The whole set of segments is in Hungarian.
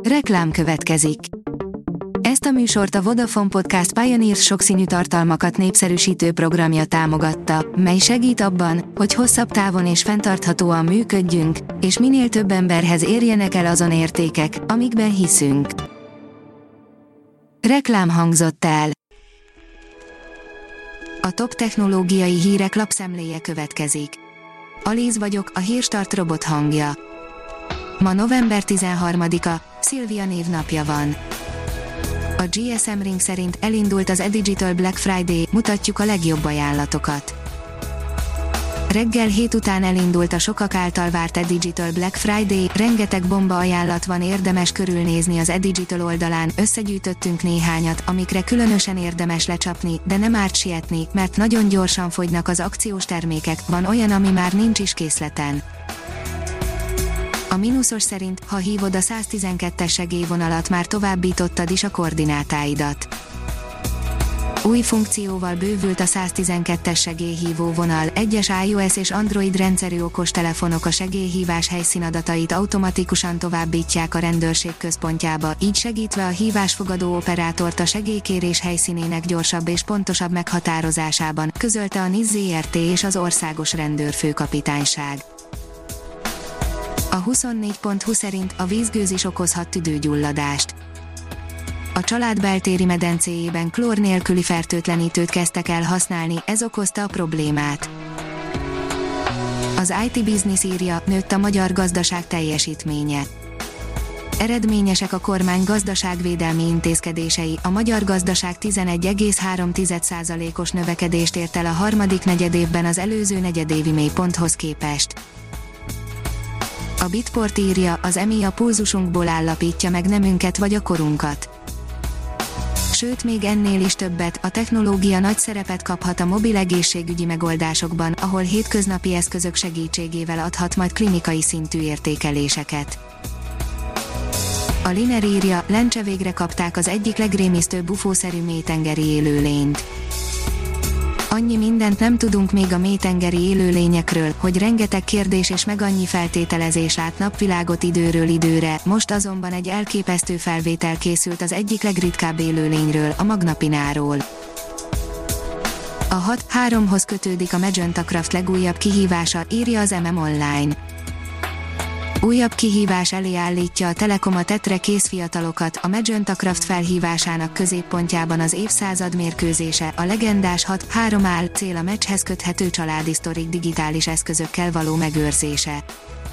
Reklám következik. Ezt a műsort a Vodafone Podcast Pioneers sokszínű tartalmakat népszerűsítő programja támogatta, mely segít abban, hogy hosszabb távon és fenntarthatóan működjünk, és minél több emberhez érjenek el azon értékek, amikben hiszünk. Reklám hangzott el. A top technológiai hírek lapszemléje következik. Alíz vagyok, a Hírstart robot hangja. Ma november 13-a, Szilvia névnapja van. A GSM Ring szerint elindult az eDigital Black Friday, mutatjuk a legjobb ajánlatokat. Reggel 7 után elindult a sokak által várt eDigital Black Friday, rengeteg bomba ajánlat van, érdemes körülnézni az eDigital oldalán, összegyűjtöttünk néhányat, amikre különösen érdemes lecsapni, de nem árt sietni, mert nagyon gyorsan fogynak az akciós termékek, van olyan, ami már nincs is készleten. A mínuszos szerint, ha hívod a 112-es segélyvonalat, már továbbítottad is a koordinátáidat. Új funkcióval bővült a 112-es segélyhívó vonal, egyes iOS és Android rendszerű okostelefonok a segélyhívás helyszínadatait automatikusan továbbítják a rendőrség központjába, így segítve a hívásfogadó operátort a segélykérés helyszínének gyorsabb és pontosabb meghatározásában, közölte a NIS Zrt. És az Országos Rendőrfőkapitányság. A 24.hu szerint a vízgőz is okozhat tüdőgyulladást. A család beltéri medencéjében klór nélküli fertőtlenítőt kezdtek el használni, ez okozta a problémát. Az IT Business írja, nőtt a magyar gazdaság teljesítménye. Eredményesek a kormány gazdaságvédelmi intézkedései, a magyar gazdaság 11,3%-os növekedést ért el a harmadik negyedévben az előző negyedévi mélyponthoz képest. A Bitport írja, az EMI a pulzusunkból állapítja meg nemünket vagy a korunkat. Sőt, még ennél is többet, a technológia nagy szerepet kaphat a mobil egészségügyi megoldásokban, ahol hétköznapi eszközök segítségével adhat majd klinikai szintű értékeléseket. A Liner írja, Lencse végre kapták az egyik legrémisztőbb ufószerű mélytengeri élőlényt. Annyi mindent nem tudunk még a mélytengeri élőlényekről, hogy rengeteg kérdés és meg annyi feltételezés lát napvilágot időről időre, most azonban egy elképesztő felvétel készült az egyik legritkább élőlényről, a magnapináról. A 6.3-hoz kötődik a Magenta Craft legújabb kihívása, írja az Online. Újabb kihívás elé állítja a Telekom a tetre kész fiatalokat, a Magenta Craft felhívásának középpontjában az évszázad mérkőzése, a legendás 6.3 áll, cél a meccshez köthető családi sztorik digitális eszközökkel való megőrzése.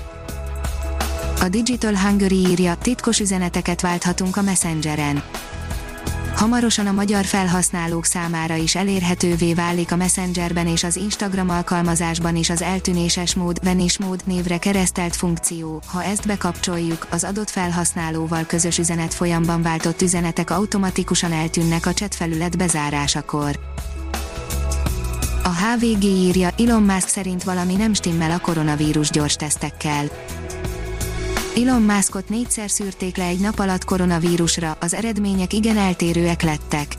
A Digital Hungary írja, titkos üzeneteket válthatunk a Messengeren. Hamarosan a magyar felhasználók számára is elérhetővé válik a Messengerben és az Instagram alkalmazásban is az eltűnéses mód, vanish mód névre keresztelt funkció. Ha ezt bekapcsoljuk, az adott felhasználóval közös üzenetfolyamban váltott üzenetek automatikusan eltűnnek a chat felület bezárásakor. A HVG írja, Elon Musk szerint valami nem stimmel a koronavírus gyors tesztekkel. Elon Muskot 4-szer szűrték le egy nap alatt koronavírusra, az eredmények igen eltérőek lettek.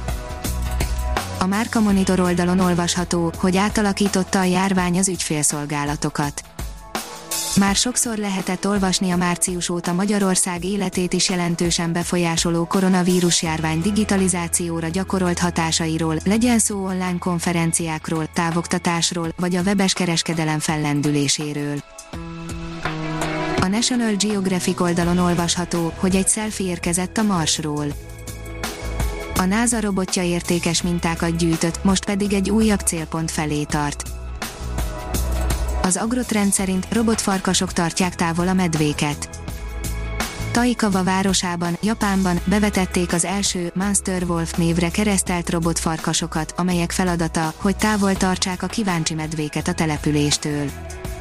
A Márka Monitor oldalon olvasható, hogy átalakította a járvány az ügyfélszolgálatokat. Már sokszor lehetett olvasni a március óta Magyarország életét is jelentősen befolyásoló koronavírus járvány digitalizációra gyakorolt hatásairól, legyen szó online konferenciákról, távoktatásról, vagy a webes kereskedelem fellendüléséről. A National Geographic oldalon olvasható, hogy egy selfie érkezett a Marsról. A NASA robotja értékes mintákat gyűjtött, most pedig egy újabb célpont felé tart. Az Agrotrend szerint robotfarkasok tartják távol a medvéket. Taikawa városában, Japánban bevetették az első Monster Wolf névre keresztelt robotfarkasokat, amelyek feladata, hogy távol tartsák a kíváncsi medvéket a településtől.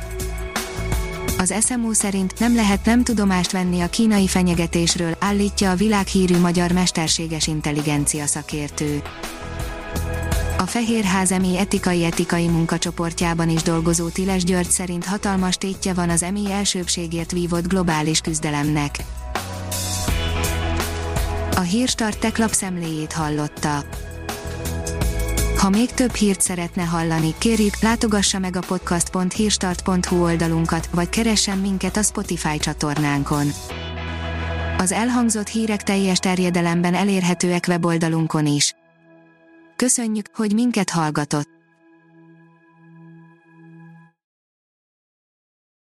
Az SMO szerint nem lehet nem tudomást venni a kínai fenyegetésről, állítja a világhírű magyar mesterséges intelligencia szakértő. A Fehérház EMI etikai munkacsoportjában is dolgozó Tiles György szerint hatalmas tétje van az EMI elsőbbségért vívott globális küzdelemnek. A Hírstart Tech lapszemléjét hallotta. Ha még több hírt szeretne hallani, kérjük, látogassa meg a podcast.hírstart.hu oldalunkat, vagy keressen minket a Spotify csatornánkon. Az elhangzott hírek teljes terjedelemben elérhetőek weboldalunkon is. Köszönjük, hogy minket hallgatott!